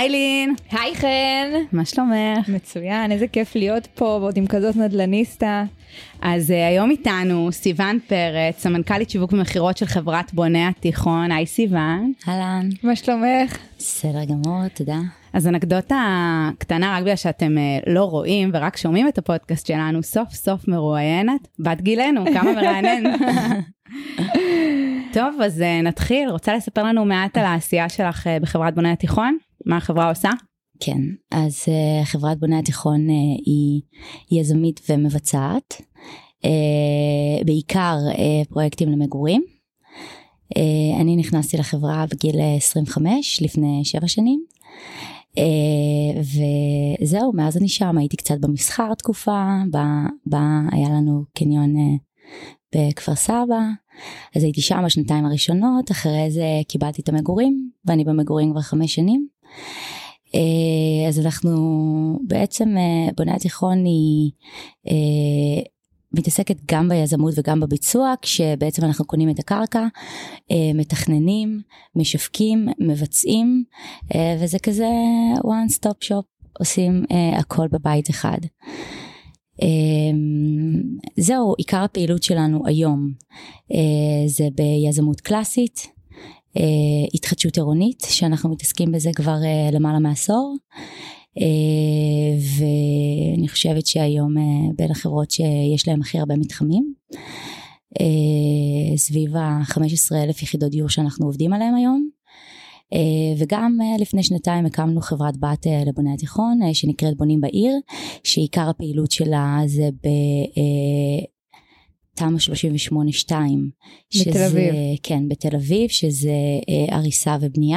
היי לין. היי חן. מה שלומך? מצוין, איזה כיף להיות פה ועוד עם כזאת נדלניסטה. אז היום איתנו סיוון פרץ, סמנכ"לית שיווק ומכירות של חברת בוני התיכון. היי סיוון. אהלן. מה שלומך? בסדר גמור, תודה. אז אנקדוטה קטנה, רק בגלל שאתם לא רואים ורק שומעים את הפודקאסט שלנו, סוף סוף מרואיינת, בת גילנו, כמה מרענן. טוב, אז נתחיל. רוצה לספר לנו מעט על העשייה שלך בחברת בוני התיכון? מה החברה עושה? כן, אז חברת בוני התיכון היא יזמית ומבצעת, בעיקר פרויקטים למגורים. אני נכנסתי לחברה בגיל 25, לפני 7 שנים, וזהו, מאז אני שם, הייתי קצת במסחר תקופה, היה לנו קניון בכפר סבא, אז הייתי שם בשנתיים הראשונות, אחרי זה קיבלתי את המגורים, ואני במגורים כבר 5 שנים. אז אנחנו בעצם, בוני התיכון היא מתעסקת גם ביזמות וגם בביצוע, כשבעצם אנחנו קונים את הקרקע, מתכננים, משווקים, מבצעים, וזה כזה one stop shop, עושים הכל בבית אחד. זהו, עיקר הפעילות שלנו היום, זה ביזמות קלאסית, התחדשות עירונית, שאנחנו מתעסקים בזה כבר למעלה מעשור, ואני חושבת שהיום בין החברות שיש להם הכי הרבה מתחמים, סביב ה-15,000 יחידות דיור שאנחנו עובדים עליהם היום, וגם לפני 2 הקמנו חברת בת לבוני התיכון, שנקראת בונים בעיר, שעיקר הפעילות שלה זה תמ"א 38-2, בתל אביב. כן, בתל אביב, שזה הריסה ובנייה.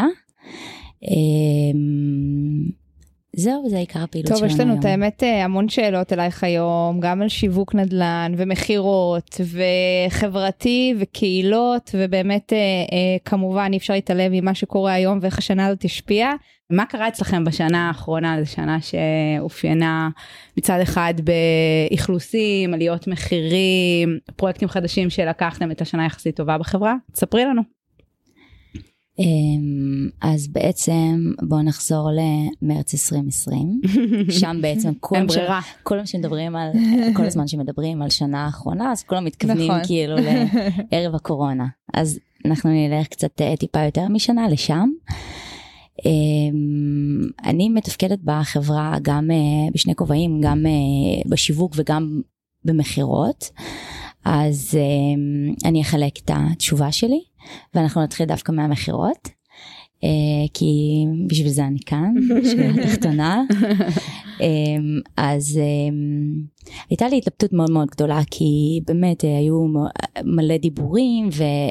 זהו, זה עיקר הפעילות שלנו היום. טוב, יש לנו את האמת המון שאלות אלייך היום, גם על שיווק נדל"ן ומחירות וחברתי וקהילות, ובאמת כמובן אי אפשר להתעלם ממה שקורה היום ואיך השנה הזאת תשפיע. מה קרה אצלכם בשנה האחרונה? זו שנה שאופיינה מצד אחד באכלוסים, עליות מחירים, פרויקטים חדשים שלקחתם את השנה יחסית טובה בחברה. תספרי לנו. אז בעצם בואו נחזור למרץ 2020, שם בעצם כל הזמן שמדברים על שנה האחרונה, אז כולם מתכוונים כאילו לערב הקורונה, אז אנחנו נלך קצת טיפה יותר משנה לשם. אני מתפקדת בחברה גם בשני כובעים, גם בשיווק וגם במחירות, אז אני אחלק את התשובה שלי, ואנחנו נתחיל דווקא מהמחירות, כי בשביל זה אני כאן, בשביל התחתונה. אז הייתה לי התלבטות מאוד מאוד גדולה, כי באמת היו מלא דיבורים,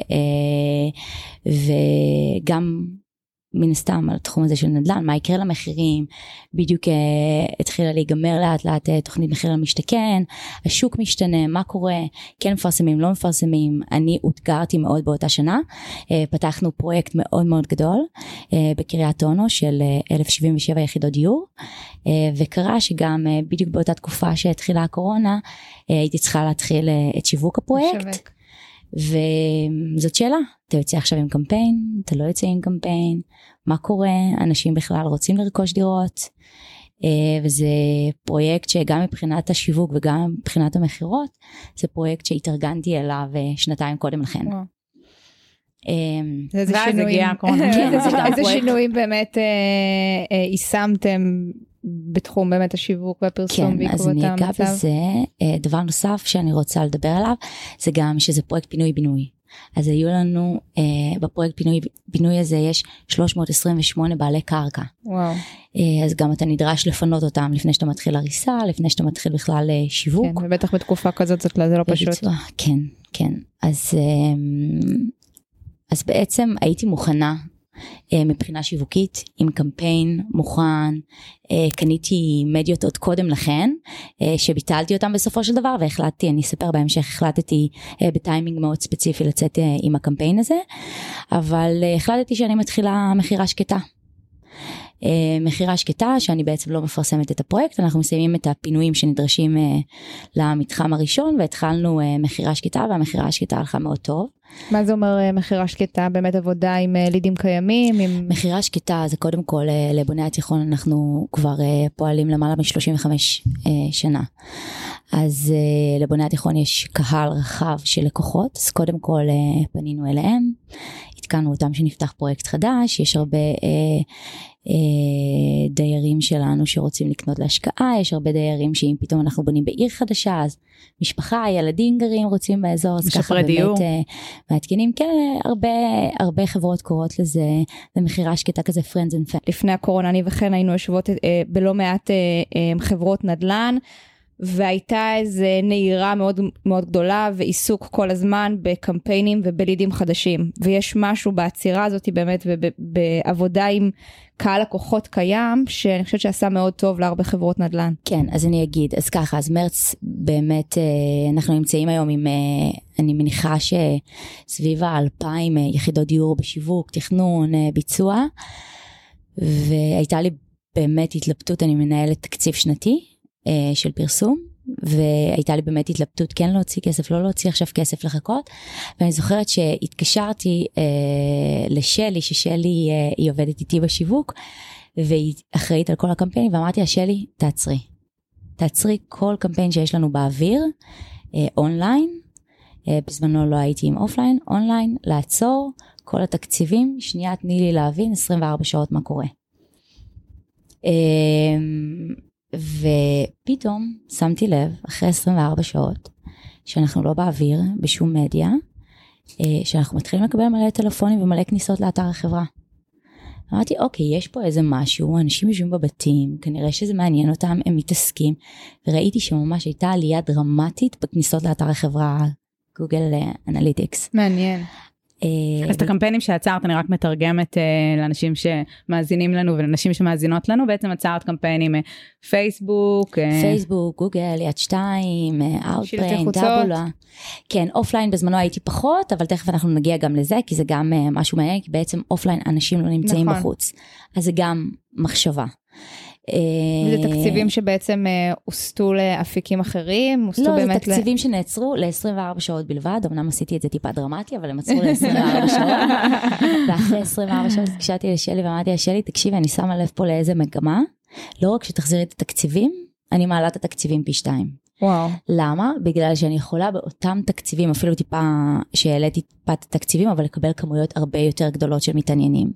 וגם מן הסתם על התחום הזה של נדל"ן, מה יקרה למחירים, בדיוק התחילה להיגמר לאט לאט תוכנית מחיר למשתכן, השוק משתנה, מה קורה, כן מפרסמים, לא מפרסמים, אני אותגרתי מאוד באותה שנה, פתחנו פרויקט מאוד מאוד גדול, בקריית אונו של 1,077 יחידות דיור, וקרה שגם בדיוק באותה תקופה שהתחילה הקורונה, הייתי צריכה להתחיל את שיווק הפרויקט, וזאת שאלה, אתה יוצא עכשיו עם קמפיין, אתה לא יוצא עם קמפיין, מה קורה, אנשים בכלל רוצים לרכוש דירות, וזה פרויקט שגם מבחינת השיווק וגם מבחינת המחירות, זה פרויקט שהתארגנתי אליו 2 קודם לכן. איזה שינויים באמת יישמתם בתחום באמת השיווק והפרסום בעקבות המצב? כן, אז אני אגע בזה. דבר נוסף שאני רוצה לדבר עליו, זה גם שזה פרויקט פינוי-בינוי. אז היו לנו, בפרויקט פינוי הזה יש 328 בעלי קרקע. וואו. אז גם אתה נדרש לפנות אותם לפני שאתה מתחיל הריסה, לפני שאתה מתחיל בכלל שיווק. כן, ובטח בתקופה כזאת זה לא פשוט. כן, כן. אז בעצם הייתי מוכנה, מבחינה שיווקית, עם קמפיין מוכן, קניתי מדיות עוד קודם לכן, שביטלתי אותם בסופו של דבר, והחלטתי, אני אספר בהמשך, החלטתי בטיימינג מאוד ספציפי לצאת עם הקמפיין הזה, אבל החלטתי שאני מתחילה מחירה שקטה. מחירה שקטה, שאני בעצם לא מפרסמת את הפרויקט, אנחנו מסיימים את הפינויים שנדרשים למתחם הראשון, והתחלנו מחירה שקטה, והמחירה השקטה הלכה מאוד טוב. מה זה אומר מחירה שקטה? באמת עבודה עם לידים קיימים? מחירה שקטה זה קודם כל לבוני התיכון, אנחנו כבר פועלים למעלה מ-35 שנה. אז לבוני התיכון יש קהל רחב של לקוחות, אז קודם כל פנינו אליהם, התקנו אותם שנפתח פרויקט חדש, יש הרבה דיירים שלנו שרוצים לקנות להשקעה, יש הרבה דיירים שאם פתאום אנחנו בונים בעיר חדשה, אז משפחה, ילדים גרים, רוצים באזור, אז ככה באמת מעדכנים, כן, הרבה חברות קוראות לזה, למחירה שקטה כזה friends and family. לפני הקורונה אני וכן היינו יושבות בלא מעט חברות נדל"ן, והייתה איזה נהירה מאוד מאוד גדולה ועיסוק כל הזמן בקמפיינים ובלידים חדשים, ויש משהו בעצירה הזאת באמת ובעבודה עם קהל לקוחות קיים שאני חושבת שעשה מאוד טוב להרבה חברות נדל"ן. כן, אז אני אגיד, אז ככה, אז מרץ באמת אנחנו נמצאים היום עם, אני מניחה שסביב 2,000 יחידות דיור בשיווק, תכנון, ביצוע, והייתה לי באמת התלבטות, אני מנהלת תקציב שנתי, של פרסום, והייתה לי באמת התלבטות כן להוציא כסף, לא להוציא עכשיו כסף לחכות, ואני זוכרת שהתקשרתי לשלי, ששלי היא עובדת איתי בשיווק, והיא אחראית על כל הקמפיינים, ואמרתי לה, שלי, תעצרי כל קמפיין שיש לנו באוויר, אונליין, בזמנו לא הייתי עם אופליין, אונליין, לעצור כל התקציבים, שנייה תני לי להבין 24 שעות מה קורה. ופתאום שמתי לב אחרי 24 שעות שאנחנו לא באוויר בשום מדיה, שאנחנו מתחילים לקבל מלא טלפונים ומלא כניסות לאתר החברה. אמרתי אוקיי, יש פה איזה משהו, אנשים יושבים בבתים, כנראה שזה מעניין אותם, הם מתעסקים, וראיתי שממש הייתה עלייה דרמטית בכניסות לאתר החברה גוגל אנליטיקס. מעניין. אז את הקמפיינים שעצרת, אני רק מתרגמת לאנשים שמאזינים לנו ולנשים שמאזינות לנו, בעצם עצרת קמפיינים פייסבוק, גוגל, יד 2, אאוטבריין, טאבולה. כן, אופליין בזמנו הייתי פחות, אבל תכף אנחנו נגיע גם לזה, כי זה גם משהו מעניין, כי בעצם אופליין אנשים לא נמצאים בחוץ. אז זה גם מחשבה. וזה תקציבים שבעצם הוסטו לאפיקים אחרים? לא, זה תקציבים שנעצרו ל-24 שעות בלבד, אמנם עשיתי את זה טיפה דרמטי, אבל הם עצרו ל-24 שעות, ואחרי 24 שעות התקשרתי לשלי ואמרתי לשלי, תקשיבי, אני שמה לב פה לאיזה מגמה, לא רק שתחזירי את התקציבים, אני מעלה את התקציבים פי 2. וואו. למה? בגלל שאני יכולה באותם תקציבים, אפילו טיפה שהעליתי טיפה את התקציבים, אבל לקבל כמויות הרבה יותר גדולות של מתעניינים.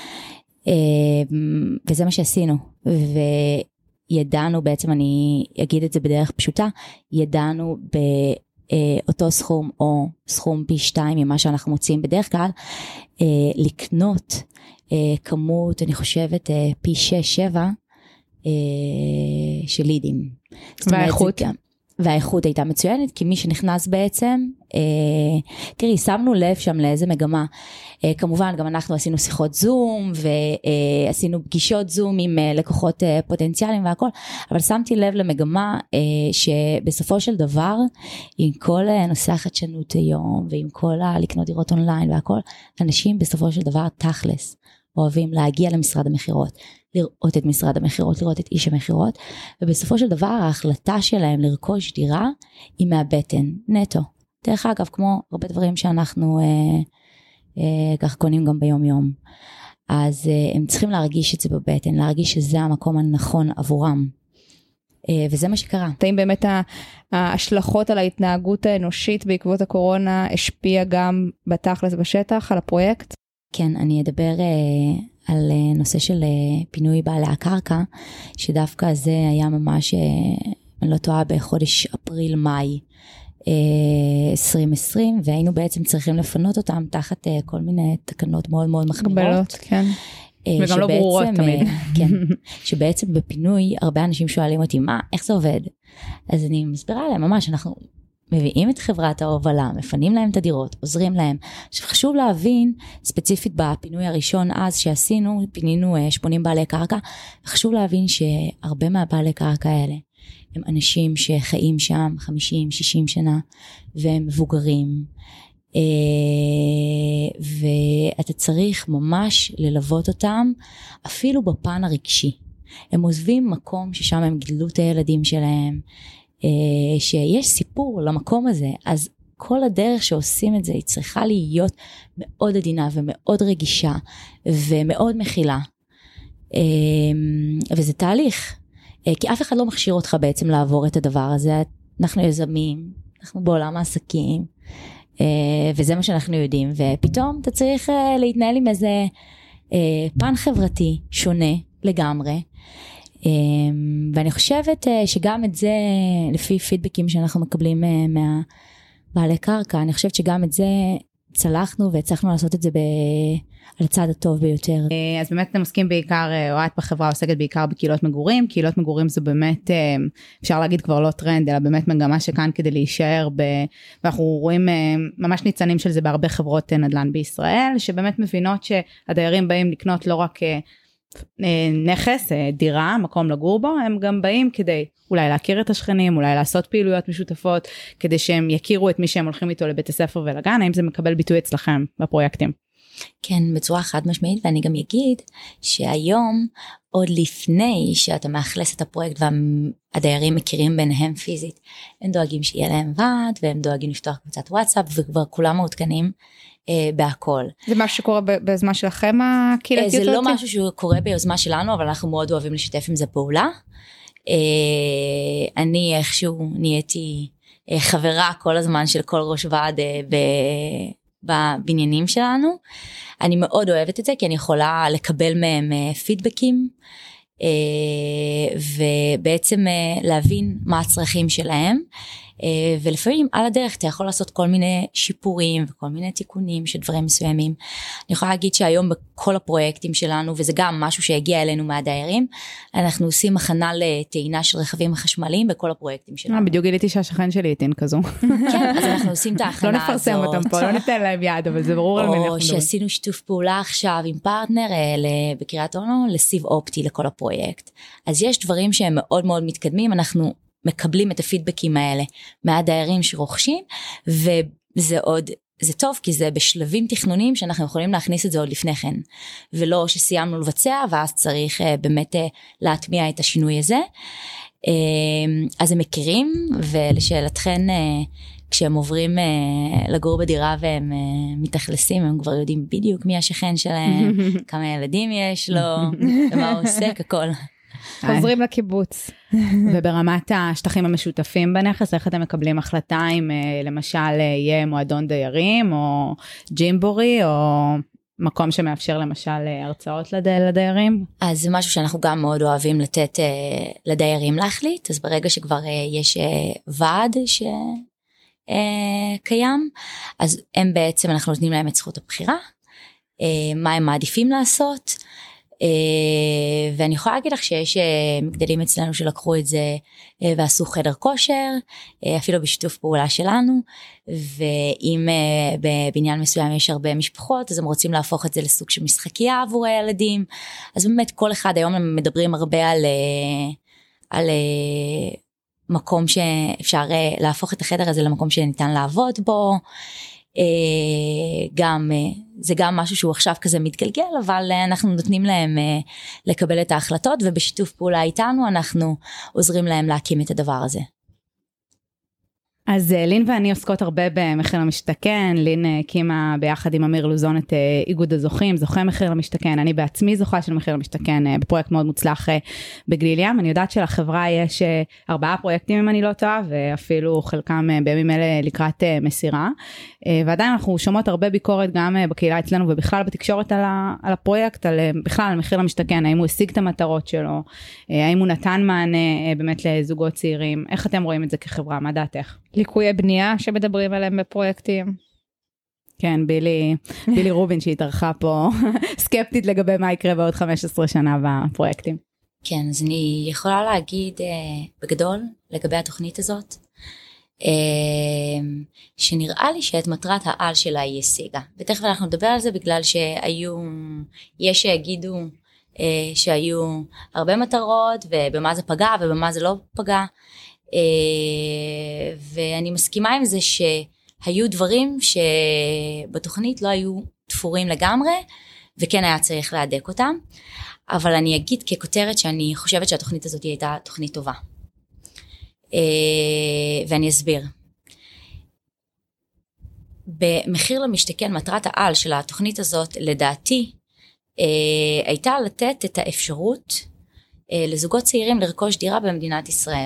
וזה מה שעשינו, וידענו בעצם, אני אגיד את זה בדרך פשוטה, ידענו באותו סכום או סכום פי 2 ממה שאנחנו מוצאים בדרך כלל, לקנות כמות, אני חושבת פי 6-7 של לידים. והאיכות? והאיכות הייתה מצוינת, כי מי שנכנס בעצם, תראי, שמנו לב שם לאיזה מגמה, כמובן גם אנחנו עשינו שיחות זום, ועשינו פגישות זום עם לקוחות פוטנציאליים והכל, אבל שמתי לב למגמה, שבסופו של דבר, עם כל נושא החדשנות היום, ועם כל לקנות דירות אונליין והכל, אנשים בסופו של דבר תכלס, אוהבים להגיע למשרד המחירות, לראות את משרד המחירות, לראות את איש המחירות, ובסופו של דבר ההחלטה שלהם לרכוש דירה היא מהבטן, נטו. דרך אגב, כמו הרבה דברים שאנחנו כך קונים גם ביום יום. אז הם צריכים להרגיש את זה בבטן, להרגיש שזה המקום הנכון עבורם. וזה מה שקרה. האם באמת ההשלכות על ההתנהגות האנושית בעקבות הקורונה השפיע גם בתכלס בשטח, על הפרויקט? כן, אני אדבר על נושא של פינוי בעלי הקרקע, שדווקא זה היה ממש, אני לא טועה, בחודש אפריל-מאי 2020, והיינו בעצם צריכים לפנות אותם תחת כל מיני תקנות מאוד מאוד מחמירות. כן. וגם לא ברורות תמיד. כן, שבעצם בפינוי הרבה אנשים שואלים אותי, איך זה עובד? אז אני מסבירה להם ממש, אנחנו מביאים את חברת ההובלה, מפנים להם את הדירות, עוזרים להם. עכשיו חשוב להבין, ספציפית בפינוי הראשון אז שעשינו, פינינו 80 בעלי קרקע, וחשוב להבין שהרבה מהבעלי קרקע האלה, הם אנשים שחיים שם 50-60 שנה, והם מבוגרים, ואתה צריך ממש ללוות אותם, אפילו בפן הרגשי. הם עוזבים מקום ששם הם גידלו את הילדים שלהם, שיש סיפור למקום הזה, אז כל הדרך שעושים את זה, היא צריכה להיות מאוד עדינה ומאוד רגישה, ומאוד מכילה. וזה תהליך, כי אף אחד לא מכשיר אותך בעצם לעבור את הדבר הזה, אנחנו יזמים, אנחנו בעולם העסקים, וזה מה שאנחנו יודעים, ופתאום אתה צריך להתנהל עם איזה פן חברתי שונה לגמרי, ואני חושבת שגם את זה, לפי פידבקים שאנחנו מקבלים מהבעלי קרקע, אני חושבת שגם את זה צלחנו והצלחנו לעשות את זה על הצד הטוב ביותר. אז באמת אתם עוסקים בעיקר, או את בחברה עוסקת בעיקר בקהילות מגורים, קהילות מגורים זה באמת, אפשר להגיד כבר לא טרנד, אלא באמת מגמה שכאן כדי להישאר, ואנחנו רואים ממש ניצנים של זה בהרבה חברות נדל"ן בישראל, שבאמת מבינות שהדיירים באים לקנות לא רק נכס, דירה, מקום לגור בו, הם גם באים כדי אולי להכיר את השכנים, אולי לעשות פעילויות משותפות, כדי שהם יכירו את מי שהם הולכים איתו לבית הספר ולגן, האם זה מקבל ביטוי אצלכם בפרויקטים? כן, בצורה חד משמעית, ואני גם אגיד שהיום, עוד לפני שאתה מאכלס את הפרויקט והדיירים מכירים ביניהם פיזית, הם דואגים שיהיה להם ועד, והם דואגים לפתוח קבוצת וואטסאפ, וכבר כולם מעודכנים בהכל. זה משהו שקורה ביוזמה שלכם הקהילתיות? זה לא משהו שקורה ביוזמה שלנו, אבל אנחנו מאוד אוהבים לשתף עם זה פעולה. אני איכשהו נהייתי חברה כל הזמן של כל ראש ועד בבניינים שלנו. אני מאוד אוהבת את זה, כי אני יכולה לקבל מהם פידבקים, ובעצם להבין מה הצרכים שלהם, ולפעמים על הדרך אתה יכול לעשות כל מיני שיפורים וכל מיני תיקונים של דברים מסוימים. אני יכולה להגיד שהיום בכל הפרויקטים שלנו, וזה גם משהו שהגיע אלינו מהדיירים, אנחנו עושים הכנה לטעינה של רכבים חשמליים בכל הפרויקטים שלנו. בדיוק גיליתי שהשכן שלי איתן כזו. כן, אז אנחנו עושים את ההכנה הזאת. לא נפרסם אותם פה, לא ניתן להם יד, אבל זה ברור על מי אנחנו מדברים. או שעשינו שיתוף פעולה עכשיו עם פרטנר בקריית אונו לסיב אופטי לכל הפרויקט. אז יש דברים שהם מאוד מאוד מתקדמים, אנחנו מקבלים את הפידבקים האלה מהדיירים שרוכשים, וזה עוד, זה טוב, כי זה בשלבים תכנונים שאנחנו יכולים להכניס את זה עוד לפני כן, ולא שסיימנו לבצע, ואז צריך באמת להטמיע את השינוי הזה. אז הם מכירים, ולשאלתכן, כשהם עוברים לגור בדירה והם מתאכלסים, הם כבר יודעים בדיוק מי השכן שלהם, כמה ילדים יש לו, ומה הוא עושה, הכל. חוזרים לקיבוץ. וברמת השטחים המשותפים בנכס, איך אתם מקבלים החלטה אם למשל יהיה מועדון דיירים, או ג'ימבורי, או מקום שמאפשר למשל הרצאות לדיירים? אז זה משהו שאנחנו גם מאוד אוהבים לתת לדיירים להחליט, אז ברגע שכבר יש ועד שקיים, אז הם בעצם, אנחנו נותנים להם את זכות הבחירה, מה הם מעדיפים לעשות, ואני יכולה להגיד לך שיש מגדלים אצלנו שלקחו את זה ועשו חדר כושר, אפילו בשיתוף פעולה שלנו, ואם בבניין מסוים יש הרבה משפחות, אז הם רוצים להפוך את זה לסוג של משחקייה עבור הילדים, אז באמת כל אחד היום הם מדברים הרבה על מקום שאפשר להפוך את החדר הזה למקום שניתן לעבוד בו, גם זה גם משהו שהוא עכשיו כזה מתגלגל, אבל אנחנו נותנים להם לקבל את ההחלטות, ובשיתוף פעולה איתנו אנחנו עוזרים להם להקים את הדבר הזה. אז לין ואני עוסקות הרבה במחיר למשתכן, לין הקימה ביחד עם אמיר לוזון את איגוד הזוכים, זוכה מחיר למשתכן, אני בעצמי זוכה של מחיר למשתכן בפרויקט מאוד מוצלח בגליל ים, אני יודעת שלחברה יש 4 פרויקטים אם אני לא טועה, ואפילו חלקם בימים אלה לקראת מסירה, ועדיין אנחנו שומעות הרבה ביקורת גם בקהילה אצלנו ובכלל בתקשורת על הפרויקט, בכלל על מחיר למשתכן, האם הוא השיג את המטרות שלו, האם הוא נתן מענה באמת לזוגות צעירים, איך אתם רואים את זה כחברה, מה דעתך? ליקויי בנייה שמדברים עליהם בפרויקטים. כן, בילי רובין שהתארחה פה סקפטית לגבי מה יקרה בעוד 15 שנה בפרויקטים. כן, אז אני יכולה להגיד בגדול לגבי התוכנית הזאת, שנראה לי שאת מטרת העל שלה היא השיגה. ותכף אנחנו נדבר על זה בגלל יש שיגידו שהיו הרבה מטרות ובמה זה פגע ובמה זה לא פגע. ואני מסכימה עם זה שהיו דברים שבתוכנית לא היו תפורים לגמרי, וכן היה צריך להדק אותם, אבל אני אגיד ככותרת שאני חושבת שהתוכנית הזאת הייתה תוכנית טובה. ואני אסביר. במחיר למשתכן, מטרת העל של התוכנית הזאת, לדעתי, הייתה לתת את האפשרות לזוגות צעירים לרכוש דירה במדינת ישראל.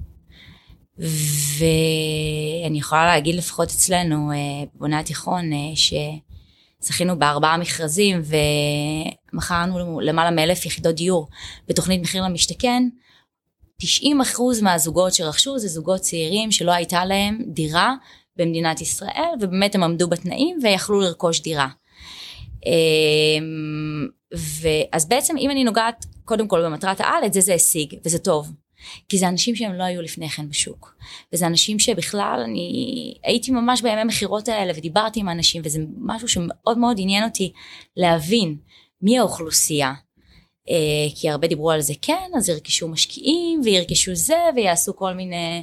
ואני יכולה להגיד לפחות אצלנו, בבוני התיכון, שזכינו ב4 מכרזים, ומכרנו למעלה מ1,000 יחידות דיור בתוכנית מחיר למשתכן. 90% מהזוגות שרכשו זה זוגות צעירים שלא הייתה להם דירה במדינת ישראל, ובאמת הם עמדו בתנאים ויכלו לרכוש דירה. אז בעצם אם אני נוגעת קודם כל במטרת העל, את זה השיג, וזה טוב. כי זה אנשים שהם לא היו לפני כן בשוק. וזה אנשים שבכלל אני הייתי ממש בימי מחירות האלה, ודיברתי עם אנשים, וזה משהו שמאוד מאוד עניין אותי להבין מי האוכלוסייה. כי הרבה דיברו על זה, כן, אז ירכשו משקיעים, וירכשו זה, ויעשו כל מיני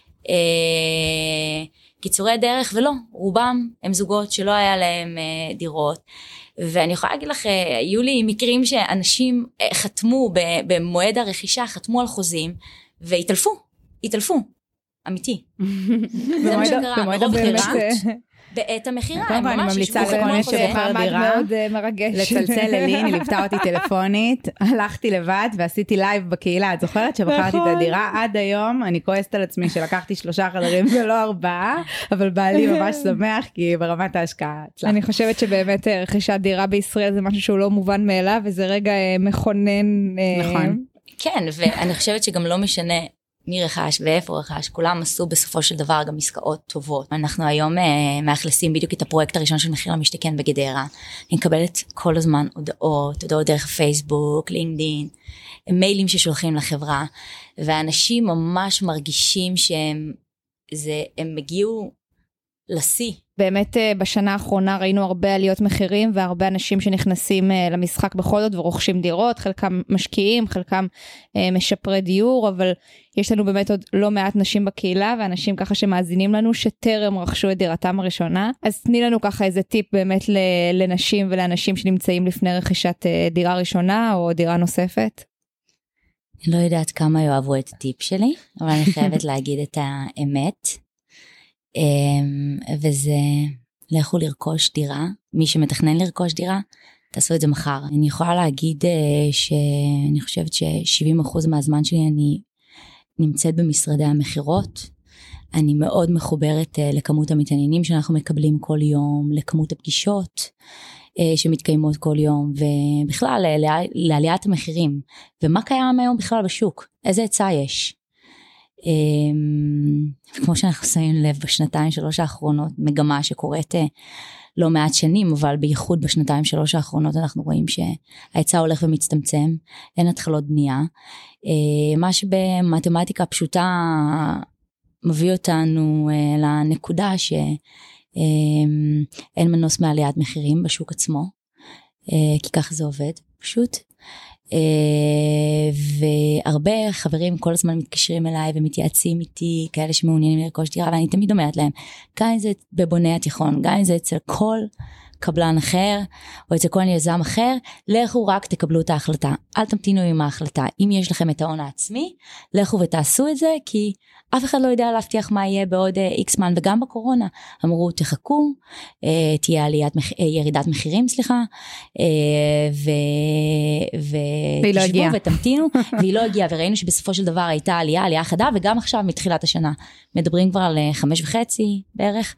קיצורי דרך, ולא, רובם הם זוגות שלא היה להם דירות. ואני יכולה להגיד לך, היו לי מקרים שאנשים חתמו במועד הרכישה, חתמו על חוזים, והתעלפו, אמיתי. זה מה שקרה, מרוב חירה. בעת המחירה, קודם כל אני ממליצה לכל מי שבוחר דירה, לצלצל ללי, היא ליוותה אותי טלפונית, הלכתי לבד ועשיתי לייב בקהילה, את זוכרת שבחרתי את הדירה, עד היום אני כועסת על עצמי שלקחתי 3 חדרים ולא 4, אבל בעלי ממש שמח כי ברמת ההשקעה הצלחתי. אני חושבת שבאמת רכישת דירה בישראל זה משהו שהוא לא מובן מאליו, וזה רגע מכונן. נכון. כן, ואני חושבת שגם לא משנה מי רכש ואיפה רכש, כולם עשו בסופו של דבר גם עסקאות טובות. אנחנו היום מאכלסים בדיוק את הפרויקט הראשון של מחיר למשתכן בגדרה. אני מקבלת כל הזמן הודעות דרך פייסבוק, לינקדין, מיילים ששולחים לחברה, ואנשים ממש מרגישים שהם הגיעו לשיא. באמת בשנה האחרונה ראינו הרבה עליות מחירים, והרבה אנשים שנכנסים למשחק בכל זאת ורוכשים דירות, חלקם משקיעים, חלקם משפרי דיור, אבל יש לנו באמת עוד לא מעט נשים בקהילה, ואנשים ככה שמאזינים לנו שטרם רכשו את דירתם הראשונה. אז תני לנו ככה איזה טיפ באמת לנשים ולאנשים שנמצאים לפני רכישת דירה ראשונה או דירה נוספת. אני לא יודעת כמה יאהבו את הטיפ שלי, אבל אני חייבת להגיד את האמת. וזה לכו לרכוש דירה, מי שמתכנן לרכוש דירה, תעשו את זה מחר. אני יכולה להגיד שאני חושבת ש70% מהזמן שלי אני נמצאת במשרדי המחירות, אני מאוד מחוברת לכמות המתעניינים שאנחנו מקבלים כל יום, לכמות הפגישות שמתקיימות כל יום, ובכלל לעליית המחירים, ומה קיים היום בכלל בשוק, איזה היצע יש. כמו שאנחנו שמים לב ב2-3 האחרונות, מגמה שקורית לא מעט שנים, אבל בייחוד ב2-3 האחרונות אנחנו רואים שההיצע הולך ומצטמצם, אין התחלות בנייה, מה שבמתמטיקה פשוטה מביא אותנו לנקודה שאין מנוס מעליית מחירים בשוק עצמו, כי כך זה עובד פשוט. והרבה חברים כל הזמן מתקשרים אליי ומתייעצים איתי, כאלה שמעוניינים לרכוש דירה, ואני תמיד אומרת להם, גם אם זה בבוני התיכון, גם אם זה אצל כל קבלן אחר, או אצל כל יזם אחר, לכו רק תקבלו את ההחלטה, אל תמתינו עם ההחלטה, אם יש לכם את ההון העצמי, לכו ותעשו את זה, כי אף אחד לא יודע להבטיח מה יהיה בעוד איקס מן, וגם בקורונה, אמרו תחכו, תהיה ירידת מחירים, ותשבו ותמתינו, והיא לא הגיעה, וראינו שבסופו של דבר הייתה עלייה חדה, וגם עכשיו מתחילת השנה, מדברים כבר על 5.5 בערך,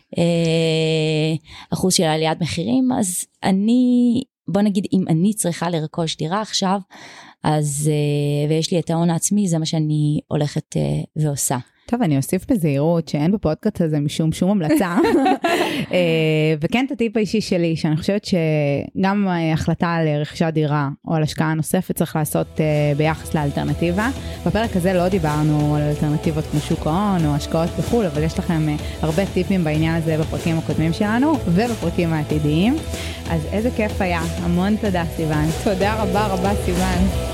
אחוז של עליית מחירים, אז בוא נגיד, אם אני צריכה לרכוש דירה עכשיו, אז, ויש לי את ההון העצמי, זה מה שאני הולכת ועושה. טוב, אני אוסיף בזהירות שאין בפודקאסט הזה משום שום המלצה, וכן את הטיפ האישי שלי, שאני חושבת שגם החלטה על רכישת דירה או על השקעה נוספת צריך לעשות ביחס לאלטרנטיבה. בפרק הזה לא דיברנו על אלטרנטיבות כמו שוק ההון או השקעות בחול, אבל יש לכם הרבה טיפים בעניין הזה בפרקים הקודמים שלנו ובפרקים העתידיים. אז איזה כיף היה, המון תודה סיוון. תודה רבה סיוון.